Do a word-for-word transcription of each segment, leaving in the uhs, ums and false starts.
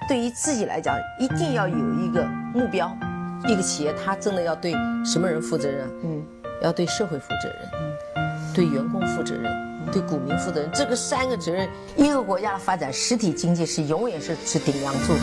对于自己来讲，一定要有一个目标。一个企业它真的要对什么人负责任？嗯，要对社会负责任，嗯，对员工负责任，对股民负责任。这个三个责任，一个国家的发展，实体经济是永远是是顶梁柱。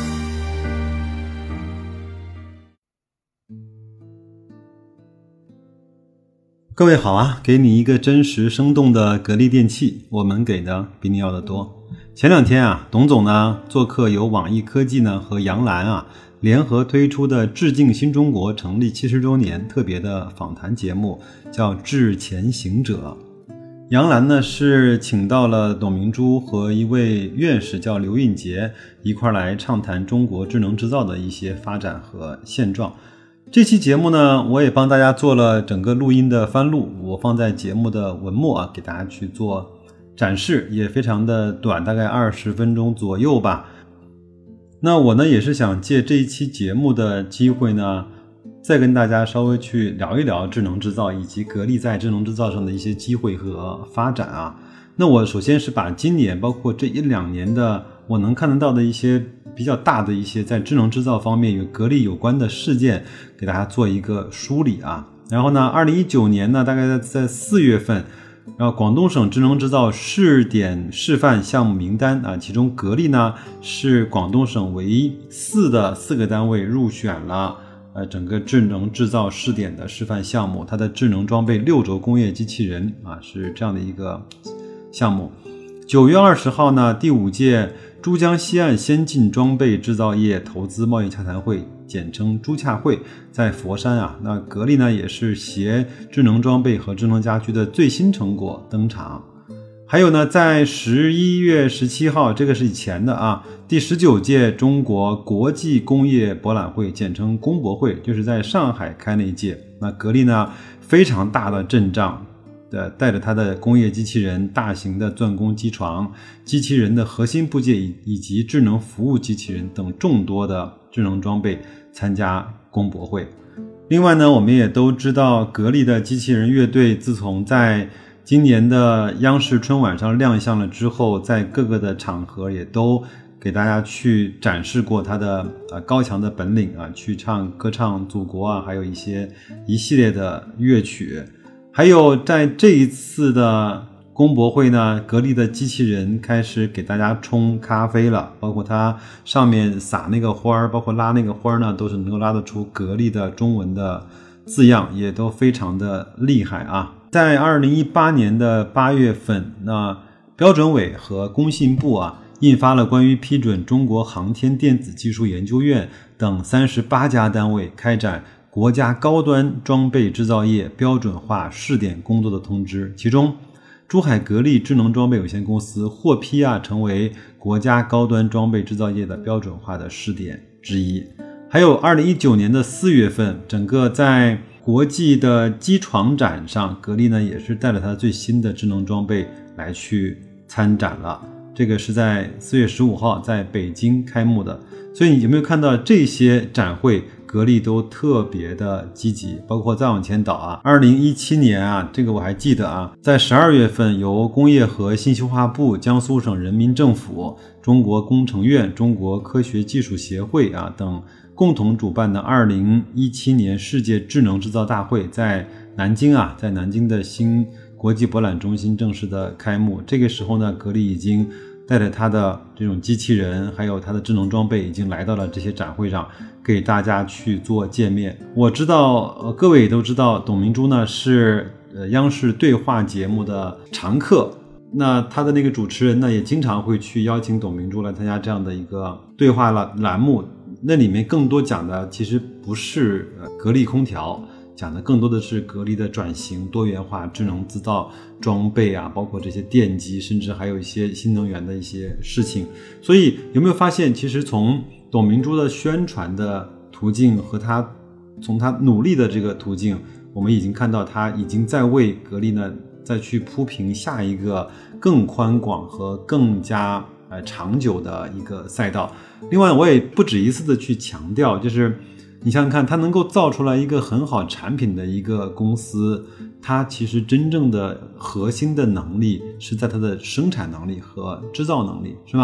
各位好啊，给你一个真实生动的格力电器，我们给的比你要的多。前两天啊，董总呢做客由网易科技呢和杨澜啊联合推出的致敬新中国成立七十周年特别的访谈节目，叫致前行者。杨澜呢是请到了董明珠和一位院士叫刘运杰一块来畅谈中国智能制造的一些发展和现状。这期节目呢，我也帮大家做了整个录音的翻录，我放在节目的文末啊，给大家去做展示，也非常的短，大概二十分钟左右吧。那我呢也是想借这一期节目的机会呢，再跟大家稍微去聊一聊智能制造以及格力在智能制造上的一些机会和发展啊。那我首先是把今年包括这一两年的我能看得到的一些比较大的一些在智能制造方面与格力有关的事件给大家做一个梳理啊。然后呢二零一九年呢大概在四月份，然后广东省智能制造试点示范项目名单啊，其中格力呢是广东省唯四的四个单位入选了呃整个智能制造试点的示范项目，它的智能装备六轴工业机器人啊是这样的一个项目。九月二十号呢，第五届珠江西岸先进装备制造业投资贸易洽谈会，简称珠洽会，在佛山啊。那格力呢也是携智能装备和智能家居的最新成果登场。还有呢，在十一月十七号，这个是以前的啊，第十九届中国国际工业博览会，简称工博会，就是在上海开那一届。那格力呢非常大的阵仗，呃，带着它的工业机器人、大型的钻工机床、机器人的核心部件以及智能服务机器人等众多的智能装备参加工博会。另外呢，我们也都知道格力的机器人乐队自从在今年的央视春晚上亮相了之后，在各个的场合也都给大家去展示过它的呃高强的本领啊，去唱歌唱祖国啊，还有一些一系列的乐曲。还有在这一次的工博会呢，格力的机器人开始给大家冲咖啡了，包括它上面撒那个花儿，包括拉那个花儿呢，都是能够拉得出格力的中文的字样，也都非常的厉害啊。在二零一八年的八月份，那标准委和工信部啊印发了关于批准中国航天电子技术研究院等三十八家单位开展国家高端装备制造业标准化试点工作的通知，其中珠海格力智能装备有限公司获批啊成为国家高端装备制造业的标准化的试点之一。还有二零一九年的四月份，整个在国际的机床展上，格力呢也是带了它最新的智能装备来去参展了，这个是在四月十五号在北京开幕的。所以你有没有看到这些展会格力都特别的积极，包括再往前倒啊，二零一七年啊，这个我还记得啊，在十二月份由工业和信息化部、江苏省人民政府、中国工程院、中国科学技术协会啊等共同主办的二零一七年世界智能制造大会在南京啊，在南京的新国际博览中心正式的开幕。这个时候呢，格力已经带着它的这种机器人还有它的智能装备已经来到了这些展会上，给大家去做见面。我知道、呃、各位也都知道董明珠呢是呃央视对话节目的常客，那他的那个主持人呢也经常会去邀请董明珠来参加这样的一个对话栏目，那里面更多讲的其实不是、呃、格力空调，讲的更多的是格力的转型、多元化、智能制造装备啊，包括这些电机，甚至还有一些新能源的一些事情。所以有没有发现，其实从董明珠的宣传的途径和他从他努力的这个途径，我们已经看到他已经在为格力呢再去铺平下一个更宽广和更加呃长久的一个赛道。另外我也不止一次的去强调，就是你想想看，它能够造出来一个很好产品的一个公司，它其实真正的核心的能力是在它的生产能力和制造能力，是吧？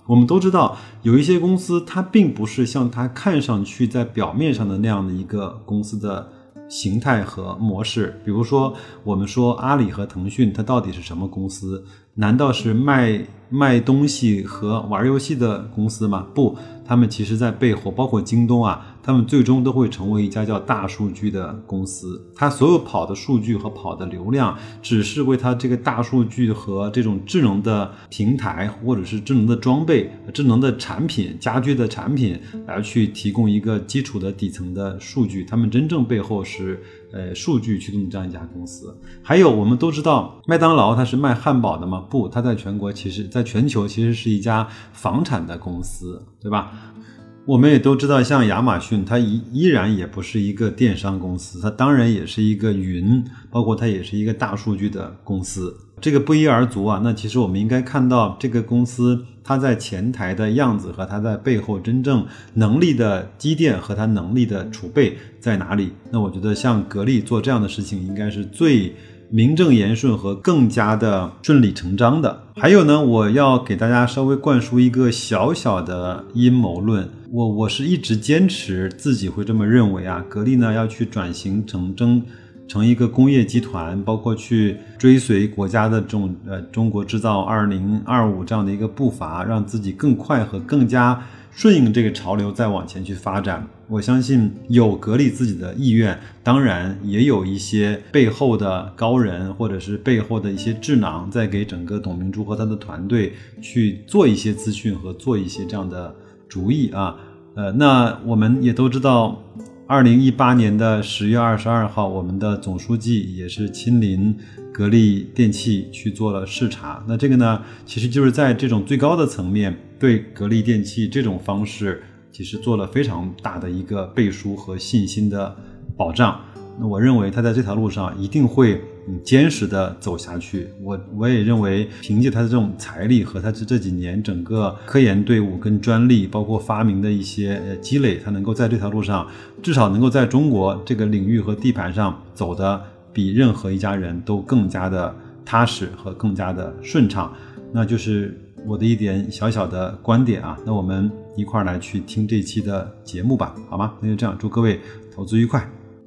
我们都知道，有一些公司它并不是像它看上去在表面上的那样的一个公司的形态和模式。比如说我们说阿里和腾讯它到底是什么公司？难道是卖卖东西和玩游戏的公司吗？不，他们其实在背后，包括京东啊，他们最终都会成为一家叫大数据的公司。它所有跑的数据和跑的流量，只是为它这个大数据和这种智能的平台，或者是智能的装备、智能的产品、家居的产品来去提供一个基础的底层的数据。他们真正背后是呃数据驱动的这样一家公司。还有我们都知道，麦当劳它是卖汉堡的吗？不，它在全国其实在全球其实是一家房产的公司，对吧？我们也都知道，像亚马逊它依依然也不是一个电商公司，它当然也是一个云，包括它也是一个大数据的公司。这个不一而足啊，那其实我们应该看到这个公司它在前台的样子和它在背后真正能力的积淀和它能力的储备在哪里。那我觉得像格力做这样的事情应该是最名正言顺和更加的顺理成章的。还有呢，我要给大家稍微灌输一个小小的阴谋论，我我是一直坚持自己会这么认为啊，格力呢要去转型成争成一个工业集团，包括去追随国家的这种呃中国制造二零二五这样的一个步伐，让自己更快和更加顺应这个潮流再往前去发展。我相信有格力自己的意愿，当然也有一些背后的高人或者是背后的一些智囊在给整个董明珠和他的团队去做一些资讯和做一些这样的主意啊。呃，那我们也都知道二零一八年的十月二十二号，我们的总书记也是亲临格力电器去做了视察。那这个呢，其实就是在这种最高的层面对格力电器这种方式其实做了非常大的一个背书和信心的保障。那我认为他在这条路上一定会嗯坚实的走下去。我我也认为凭借他的这种财力和他这几年整个科研队伍跟专利包括发明的一些呃积累，他能够在这条路上至少能够在中国这个领域和地盘上走得比任何一家人都更加的踏实和更加的顺畅。那就是我的一点小小的观点啊，那我们一块儿来去听这期的节目吧，好吗？那就这样，祝各位投资愉快。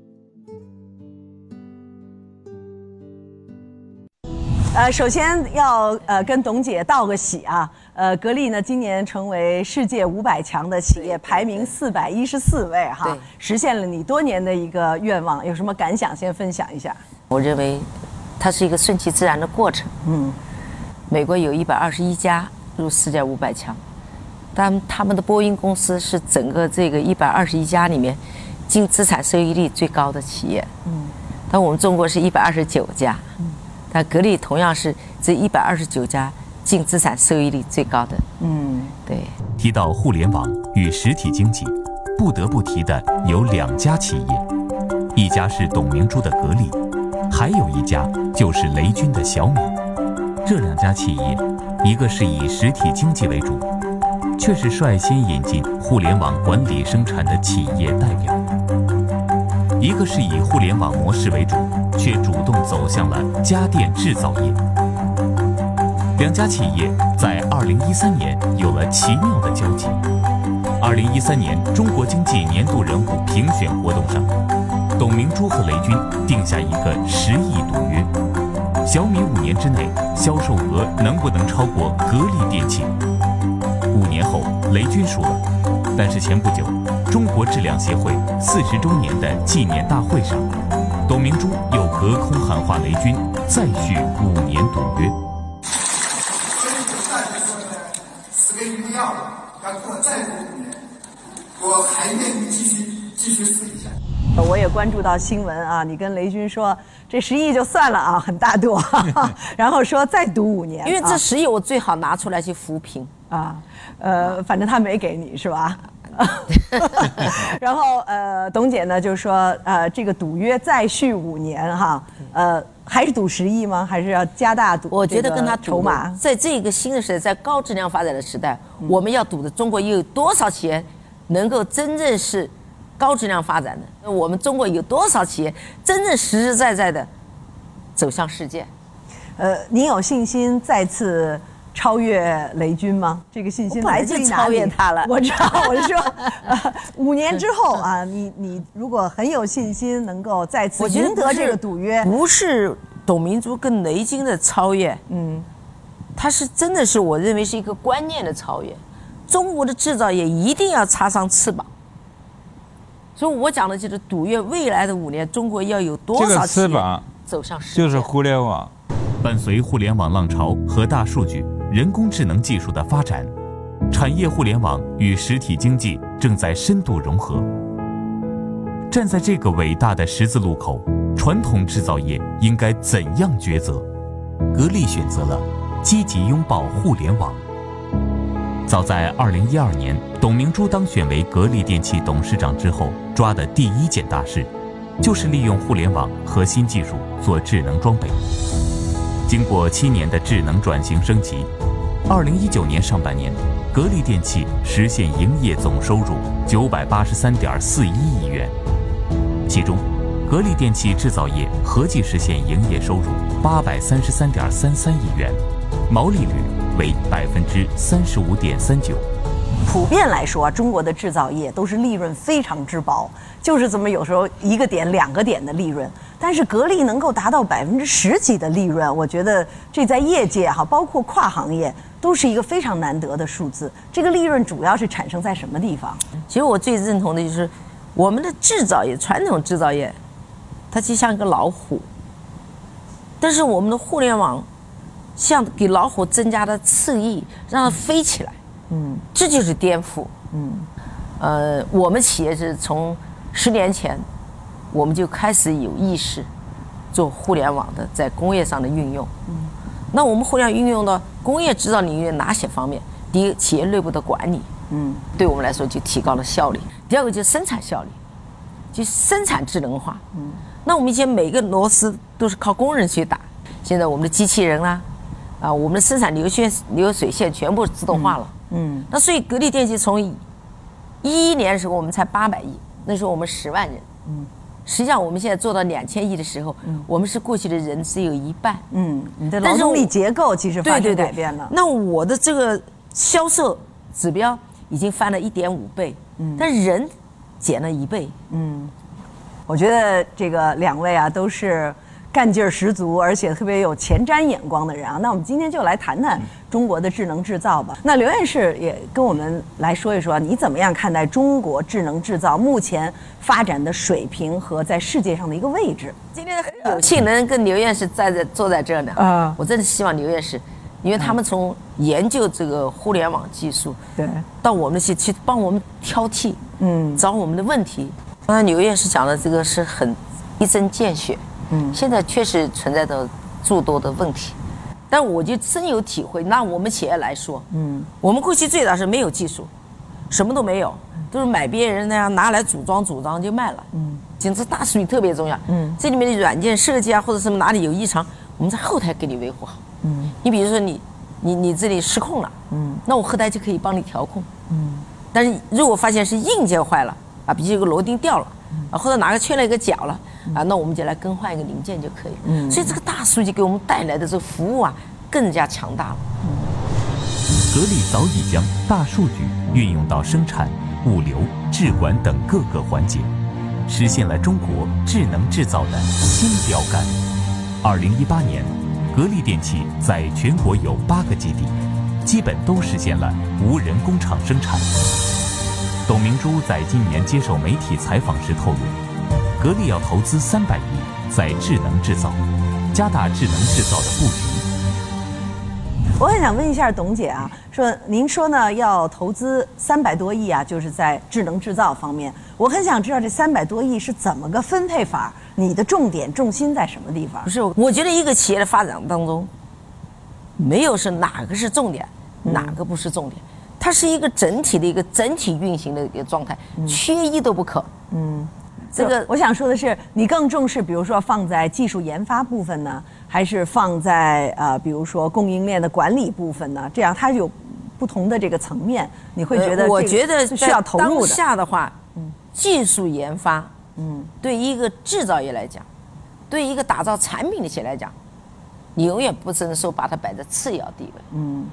呃，首先要呃跟董姐道个喜啊，呃，格力呢今年成为世界五百强的企业，排名四百一十四位哈，实现了你多年的一个愿望，有什么感想先分享一下？ 我认为它是一个顺其自然的过程。嗯，美国有一百二十一家入世界五百强，但他们的波音公司是整个这个一百二十一家里面净资产收益率最高的企业。嗯，但我们中国是一百二十九家。嗯。那格力同样是这一百二十九家净资产收益率最高的。嗯，对。 提到互联网与实体经济，不得不提的有两家企业，一家是董明珠的格力，还有一家就是雷军的小米。这两家企业，一个是以实体经济为主，却是率先引进互联网管理生产的企业代表；一个是以互联网模式为主，却主动走向了家电制造业。两家企业在二零一三年有了奇妙的交集。二零一三年中国经济年度人物评选活动上，董明珠和雷军定下一个十亿赌约，小米五年之内销售额能不能超过格力电器？五年后雷军输了，但是前不久中国质量协会四十周年的纪念大会上，董明珠又隔空喊话雷军再续五年赌约。 是个鱼药，要给我再赌五年，我还愿意继续继续试一下。 我也关注到新闻啊，你跟雷军说这十亿就算了啊，很大度，然后说再赌五年， 因为这十亿我最好拿出来去扶贫啊，呃，反正他没给你是吧？然后呃，董姐呢就说呃，这个赌约再续五年哈，呃，还是赌十亿吗？还是要加大赌？ 我觉得跟他筹码， 在这个新的时代，在高质量发展的时代，嗯、我们要赌的中国有多少企业能够真正是高质量发展的？我们中国有多少企业真正实实在在的走向世界？ 呃，您有信心再次超越雷军吗？这个信心来自于哪里？ 超越他了。 我知道，我是说，呃，五年之后啊，你你如果很有信心能够再次赢得这个赌约， 不是董明珠跟雷军的超越，嗯，它是真的是我认为是一个观念的超越。中国的制造业一定要插上翅膀。所以我讲的就是赌约未来的五年，中国要有多少企业走向世界， 就是互联网。 伴随互联网浪潮和大数据、人工智能技术的发展，产业互联网与实体经济正在深度融合。站在这个伟大的十字路口，传统制造业应该怎样抉择？格力选择了积极拥抱互联网。早在二零一二年，董明珠当选为格力电器董事长之后，抓的第一件大事，就是利用互联网核心技术做智能装备。经过七年的智能转型升级，二零一九年上半年，格力电器实现营业总收入九百八十三点四一亿元，其中，格力电器制造业合计实现营业收入八百三十三点三三亿元，毛利率为百分之三十五点三九。 普遍来说，中国的制造业都是利润非常之薄，就是这么有时候一个点、两个点的利润。但是格力能够达到百分之十几的利润，我觉得这在业界哈，包括跨行业，都是一个非常难得的数字。这个利润主要是产生在什么地方？ 其实我最认同的就是，我们的制造业，传统制造业，它就像一个老虎，但是我们的互联网，像给老虎增加了翅翼，让它飞起来。嗯，这就是颠覆。嗯，呃，我们企业是从十年前，我们就开始有意识做互联网的在工业上的运用。嗯，那我们互联网运用到工业制造领域哪些方面？第一个，企业内部的管理，嗯，对我们来说就提高了效率。第二个就是生产效率，就生产智能化。嗯，那我们以前每个螺丝都是靠工人去打，现在我们的机器人啦、啊，啊，我们的生产流线流水线全部自动化了。嗯，那所以格力电器从一一年的时候我们才八百亿，那时候我们十万人。嗯，实际上我们现在做到两千亿的时候，嗯，我们是过去的人只有一半。 嗯，你的劳动力结构其实发生改变了。 对对对，那我的这个销售指标已经翻了一点五倍，嗯，但人减了一倍。 嗯，我觉得这个两位啊都是干劲儿十足，而且特别有前瞻眼光的人啊。那我们今天就来谈谈中国的智能制造吧。那刘院士也跟我们来说一说，你怎么样看待中国智能制造目前发展的水平和在世界上的一个位置？ 今天很有幸能跟刘院士在这坐在这儿呢。啊，我真的希望刘院士，因为他们从研究这个互联网技术，对，到我们去去帮我们挑剔，嗯，找我们的问题。刚才刘院士讲的这个是很一针见血。嗯，现在确实存在着诸多的问题，但我就深有体会。拿我们企业来说，嗯，我们过去最早是没有技术，什么都没有，都是买别人那样拿来组装组装就卖了。嗯，简直大数据特别重要。嗯，这里面的软件设计啊，或者什么哪里有异常，我们在后台给你维护好。嗯，你比如说你你你这里失控了，嗯，那我后台就可以帮你调控。嗯，但是如果发现是硬件坏了啊，比如这个螺钉掉了。啊，或者哪个缺了一个角了啊，那我们就来更换一个零件就可以了。嗯，所以这个大数据给我们带来的这个服务啊，更加强大了。 格力早已将大数据运用到生产、物流、质管等各个环节，实现了中国智能制造的新标杆。二零一八年，格力电器在全国有八个基地，基本都实现了无人工厂生产。董明珠在今年接受媒体采访时透露，格力要投资三百亿在智能制造，加大智能制造的布局。 我很想问一下董姐啊，说您说呢要投资三百多亿啊，就是在智能制造方面，我很想知道这三百多亿是怎么个分配法？你的重点重心在什么地方？ 不是，我觉得一个企业的发展当中，没有是哪个是重点，嗯、哪个不是重点。它是一个整体的一个整体运行的一个状态，嗯、缺一都不可。嗯， 这个我想说的是，你更重视，比如说放在技术研发部分呢，还是放在呃，比如说供应链的管理部分呢？这样它有不同的这个层面，你会觉得、呃？ 我觉得需要投入的。 当下的话，嗯，技术研发，嗯，对一个制造业来讲，对一个打造产品的企业来讲，你永远不能说把它摆在次要地位。嗯。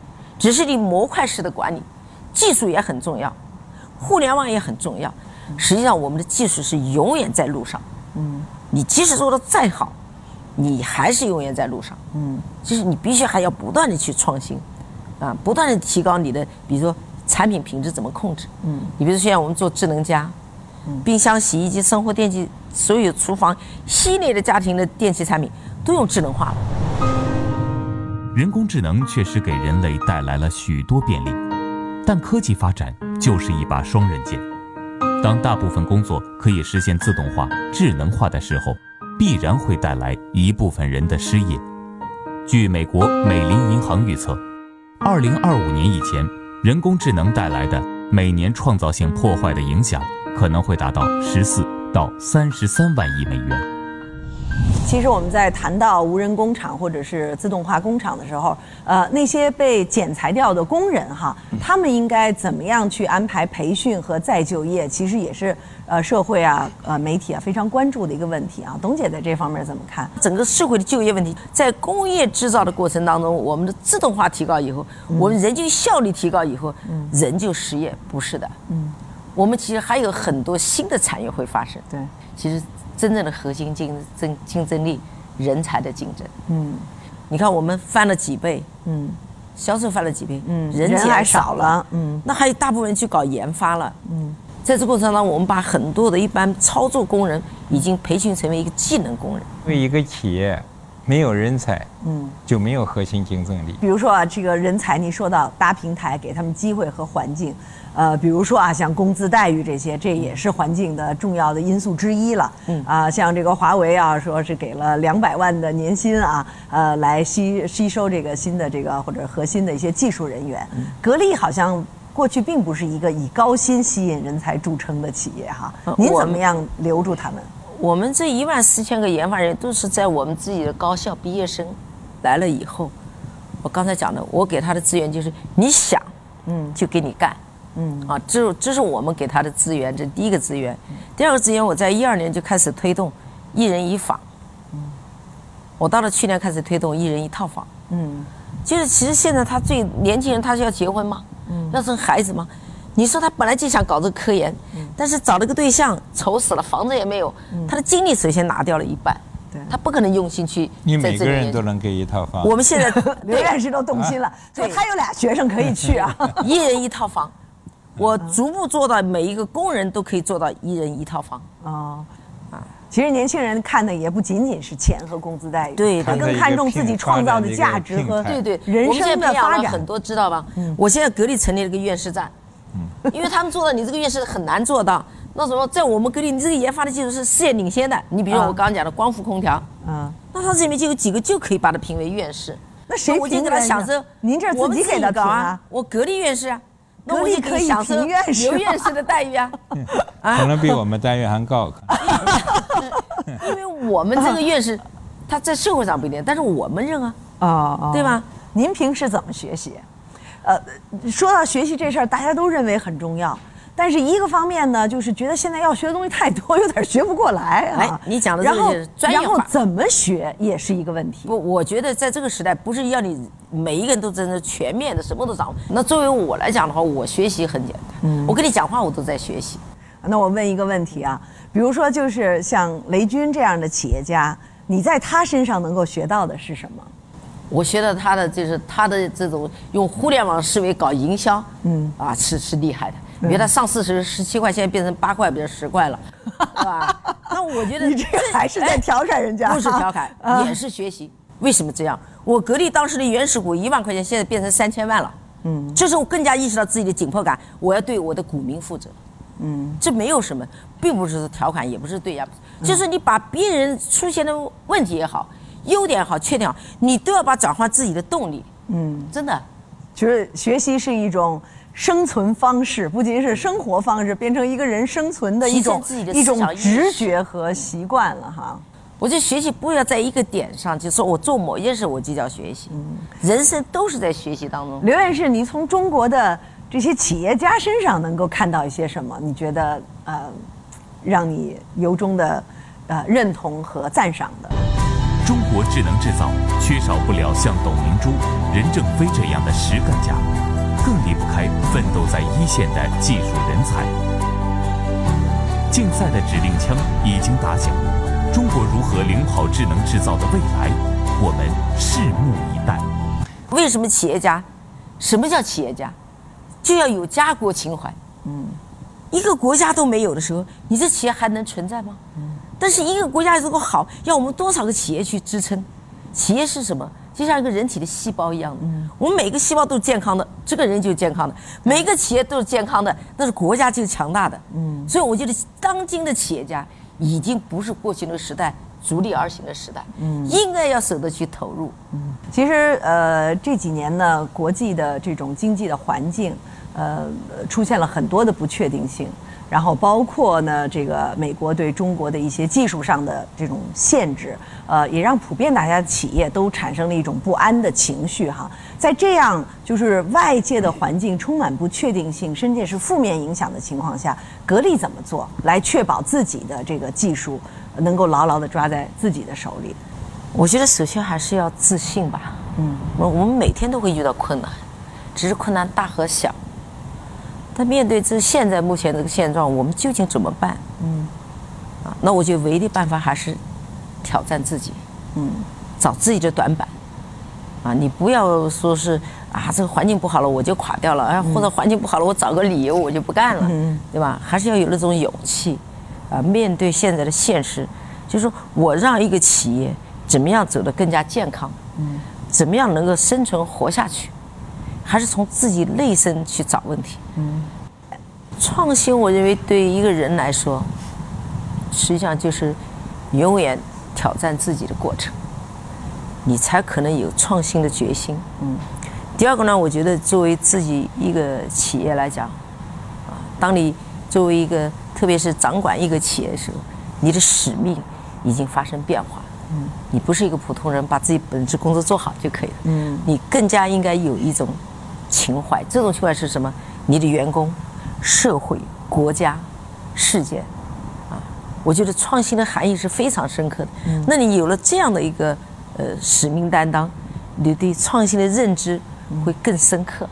只是你模块式的管理，技术也很重要，互联网也很重要。实际上，我们的技术是永远在路上。嗯，你即使做的再好，你还是永远在路上。嗯，就是你必须还要不断的去创新，啊，不断的提高你的，比如说产品品质怎么控制。嗯，你比如说现在我们做智能家，嗯，冰箱、洗衣机、生活电器，所有厨房系列的家庭的电器产品都用智能化了。 人工智能确实给人类带来了许多便利，但科技发展就是一把双刃剑。当大部分工作可以实现自动化、智能化的时候，必然会带来一部分人的失业。据美国美林银行预测，二零二五年以前，人工智能带来的每年创造性破坏的影响可能会达到十四到三十三万亿美元。 其实我们在谈到无人工厂或者是自动化工厂的时候，呃，那些被剪裁掉的工人哈，他们应该怎么样去安排培训和再就业？其实也是呃社会啊、呃媒体啊非常关注的一个问题啊。董姐在这方面怎么看？ 整个社会的就业问题，在工业制造的过程当中，我们的自动化提高以后，嗯、我们人均效率提高以后，嗯、人就失业，不是的。嗯，我们其实还有很多新的产业会发生。 对， 其实。真正的核心竞争竞争力，人才的竞争。嗯，你看我们翻了几倍，嗯，销售翻了几倍，嗯，人还少了，嗯，那还有大部分人去搞研发了，嗯，在这过程当中，我们把很多的一般操作工人已经培训成为一个技能工人。 为一个企业没有人才，嗯，就没有核心竞争力。 比如说啊，这个人才，你说到搭平台，给他们机会和环境。呃，比如说啊，像工资待遇这些，这也是环境的重要的因素之一了。嗯啊，像这个华为啊，说是给了两百万的年薪啊，呃，来吸吸收这个新的这个或者核心的一些技术人员。嗯、格力好像过去并不是一个以高薪吸引人才著称的企业哈。您怎么样留住他们？ 我们这一万四千个研发人员都是在我们自己的高校毕业生来了以后，我刚才讲的，我给他的资源就是你想，嗯，就给你干。嗯啊，这这是我们给他的资源，这是第一个资源。第二个资源，我在一二年就开始推动一人一房。嗯，我到了去年开始推动一人一套房。嗯，就是其实现在他最年轻人，他是要结婚吗？嗯，要生孩子吗？你说他本来就想搞这个科研，嗯、但是找了个对象，愁死了，房子也没有，嗯、他的精力首先拿掉了一半。对，他不可能用心去。 你每个人都能给一套房。 我们现在刘院士都动心了，所以他有俩学生可以去啊， 一人一套房。我逐步做到每一个工人都可以做到一人一套房。 哦，啊，其实年轻人看的也不仅仅是钱和工资待遇， 对， 他更看重自己创造的价值和对对人生的发展。 很多知道吧？嗯，我现在格力成立了个院士站，嗯，因为他们做到你这个院士很难做到。那什么，在我们格力，你这个研发的技术是世界领先的。你比如说我刚刚讲的光伏空调，嗯，那它这里面就有几个就可以把它评为院士。 那谁我就给他享受？ 您这自己给他搞啊？ 我格力院士啊。 那我也可以享受刘院士的待遇啊， 可能比我们待遇还高。 因为我们这个院士，他在社会上不一定，但是我们认啊，哦，对吧？ 您平时怎么学习？呃，说到学习这事儿，大家都认为很重要，但是一个方面呢，就是觉得现在要学的东西太多，有点学不过来啊。 哎，你讲的这个是专业化， 然后怎么学也是一个问题。 不，我觉得在这个时代，不是要你每一个人都真的全面的什么都掌握。那作为我来讲的话，我学习很简单，嗯，我跟你讲话我都在学习。 那我问一个问题啊，比如说就是像雷军这样的企业家，你在他身上能够学到的是什么？ 我学到他的就是他的这种用互联网思维搞营销，嗯，啊是是厉害的。比如他上市时十七块，现在变成八块，变成十块了，是吧？那我觉得你这个还是在调侃人家， 不是调侃，也是学习。为什么这样？我格力当时的原始股一万块钱，现在变成三千万了，嗯，这是我更加意识到自己的紧迫感，我要对我的股民负责，嗯，这没有什么，并不是调侃，也不是对呀，就是你把别人出现的问题也好。优点好，缺点好，你都要把转化自己的动力。嗯，真的， 就是学习是一种生存方式，不仅是生活方式，变成一个人生存的一种一种直觉和习惯了哈。 我觉得学习不要在一个点上，就说我做某件事我就叫学习。嗯，人生都是在学习当中。 刘院士，你从中国的这些企业家身上能够看到一些什么？你觉得呃，让你由衷的呃认同和赞赏的？ 中国智能制造缺少不了像董明珠、任正非这样的实干家，更离不开奋斗在一线的技术人才。竞赛的指令枪已经打响，中国如何领跑智能制造的未来，我们拭目以待。 为什么企业家？什么叫企业家？就要有家国情怀。嗯，一个国家都没有的时候，你这企业还能存在吗？嗯。但是一个国家如果好，要我们多少个企业去支撑？企业是什么？就像一个人体的细胞一样的，嗯、我们每个细胞都是健康的，这个人就是健康的；每个企业都是健康的，那是国家就是强大的。嗯，所以我觉得当今的企业家已经不是过去那个时代逐利而行的时代，嗯，应该要舍得去投入。 嗯，其实呃这几年呢，国际的这种经济的环境，呃，出现了很多的不确定性。然后包括呢，这个美国对中国的一些技术上的这种限制，呃，也让普遍大家的企业都产生了一种不安的情绪哈。在这样就是外界的环境充满不确定性，甚至是负面影响的情况下，格力怎么做来确保自己的这个技术能够牢牢地抓在自己的手里？ 我觉得首先还是要自信吧。嗯，我我们每天都会遇到困难，只是困难大和小。但面对这现在目前这个现状，我们究竟怎么办？嗯，啊，那我觉得唯一的办法还是挑战自己，嗯，找自己的短板，啊，你不要说是啊这个环境不好了我就垮掉了，啊或者环境不好了我找个理由我就不干了，嗯，对吧？还是要有那种勇气，啊，面对现在的现实，就是说我让一个企业怎么样走得更加健康，嗯，怎么样能够生存活下去。还是从自己内心去找问题。嗯，创新，我认为对一个人来说，实际上就是永远挑战自己的过程，你才可能有创新的决心。嗯，第二个呢，我觉得作为自己一个企业来讲，啊，当你作为一个，特别是掌管一个企业的时候，你的使命已经发生变化。嗯，你不是一个普通人，把自己本职工作做好就可以了。嗯，你更加应该有一种情怀，这种情怀是什么？你的员工、社会、国家、世界，啊，我觉得创新的含义是非常深刻的。嗯，那你有了这样的一个呃使命担当，你对创新的认知会更深刻。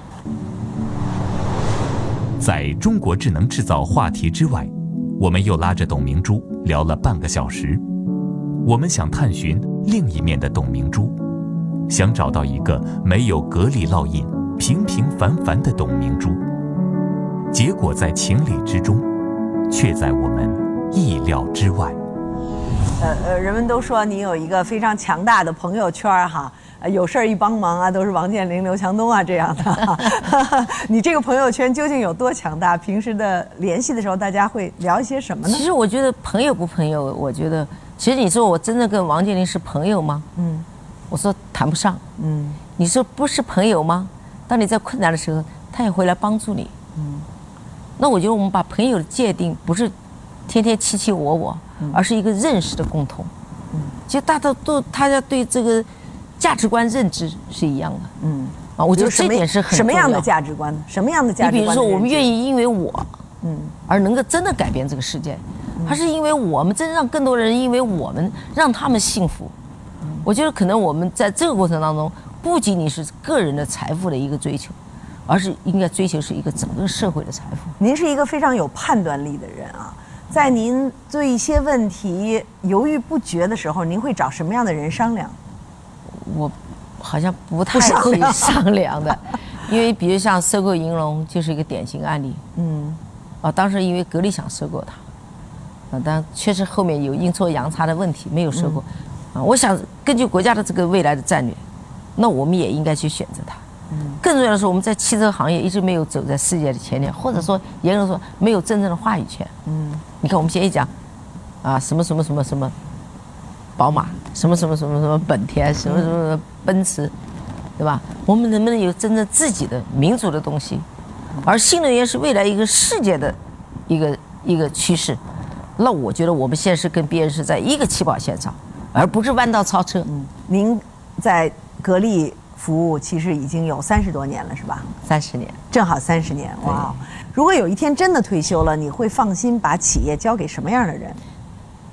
在中国智能制造话题之外，我们又拉着董明珠聊了半个小时。我们想探寻另一面的董明珠，想找到一个没有格力烙印、平平凡凡的董明珠。结果在情理之中，却在我们意料之外。 呃呃，人们都说你有一个非常强大的朋友圈哈，呃、有事儿一帮忙啊，都是王健林、刘强东啊这样的。你这个朋友圈究竟有多强大？平时的联系的时候，大家会聊一些什么呢？ 其实我觉得朋友不朋友，我觉得。其实你说我真的跟王健林是朋友吗？嗯，我说谈不上。嗯，你说不是朋友吗？当你在困难的时候，他也会来帮助你。嗯，那我觉得我们把朋友的界定不是天天卿卿我我，嗯，而是一个认识的共同。嗯，其实大家都大家对这个价值观认知是一样的。嗯，啊，我觉得这点是很重要。 什么样的价值观？什么样的价值观？ 你比如说，我们愿意因为我，嗯，而能够真的改变这个世界。还是因为我们真让更多人因为我们让他们幸福，我觉得可能我们在这个过程当中，不仅仅是个人的财富的一个追求，而是应该追求是一个整个社会的财富。 您是一个非常有判断力的人啊，在您对一些问题犹豫不决的时候，您会找什么样的人商量？ 我好像不太会商量的，因为比如像收购银隆就是一个典型案例。嗯，啊，当时因为格力想收购它。啊，但确实后面有阴错阳差的问题，没有收购。啊，我想根据国家的这个未来的战略，那我们也应该去选择它。嗯，更重要的是，我们在汽车行业一直没有走在世界的前列，或者说严格说没有真正的话语权。嗯，你看我们现在一讲，啊，什么什么什么什么，宝马，什么什么什么什么本田，什么什么什么奔驰，对吧？我们能不能有真正自己的民主的东西？而新能源是未来一个世界的一个一个趋势。那我觉得我们现在是跟别人是在一个起跑线上，而不是弯道超车。嗯， 您在格力服务其实已经有三十多年了，是吧？ 三十年， 正好三十年。哇！如果有一天真的退休了，你会放心把企业交给什么样的人？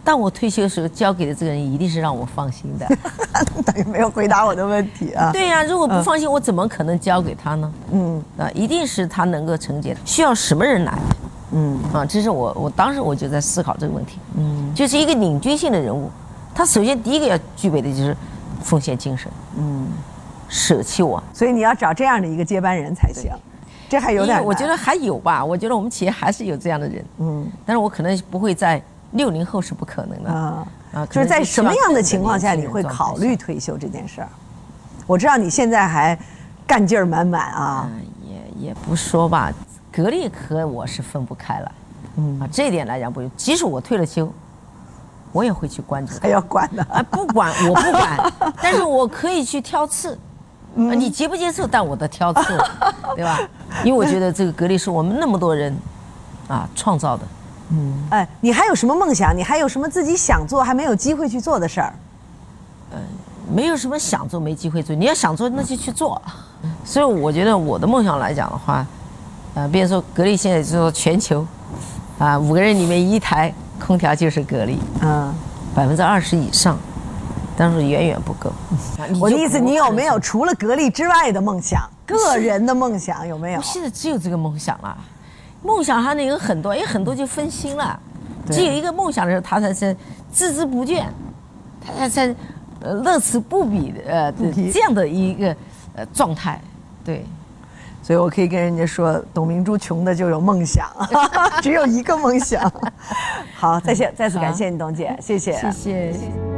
当我退休的时候，交给的这个人一定是让我放心的。 等于没有回答我的问题啊。 对呀、啊，如果不放心，嗯、我怎么可能交给他呢？嗯，啊，一定是他能够承接的。需要什么人来？嗯，啊，这是我我当时我就在思考这个问题。嗯，就是一个领军性的人物，他首先第一个要具备的就是奉献精神。嗯，舍弃我。 所以你要找这样的一个接班人才行。这还有点难。 我觉得还有吧，我觉得我们企业还是有这样的人。嗯，但是我可能不会在。六零后是不可能的啊啊！就是在什么样的情况下你会考虑退休这件事儿？我知道你现在还干劲儿满满啊。 嗯、也也不说吧，格力和我是分不开了。嗯啊，这一点来讲不，即使我退了休，我也会去关注。 还要管的啊？不管，我不管，但是我可以去挑刺。嗯、啊，你接不接受？但我的挑刺，对吧？因为我觉得这个格力是我们那么多人啊创造的。 嗯，哎，你还有什么梦想？你还有什么自己想做还没有机会去做的事儿？ 呃，没有什么想做没机会做，你要想做那就去做。所以我觉得我的梦想来讲的话，呃，比如说格力现在就说全球，啊，五个人里面一台空调就是格力，嗯，百分之二十以上，但是远远不够。 我的意思，你有没有除了格力之外的梦想？个人的梦想有没有？ 我现在只有这个梦想了。梦想还能有很多，因为很多就分心了。只有一个梦想的时候，他才是孜孜不倦，他才才呃乐此不疲的呃这样的一个呃状态。对， 所以我可以跟人家说，董明珠穷的就有梦想，只有一个梦想。好，再见，再次感谢你，董姐，谢谢， 谢谢。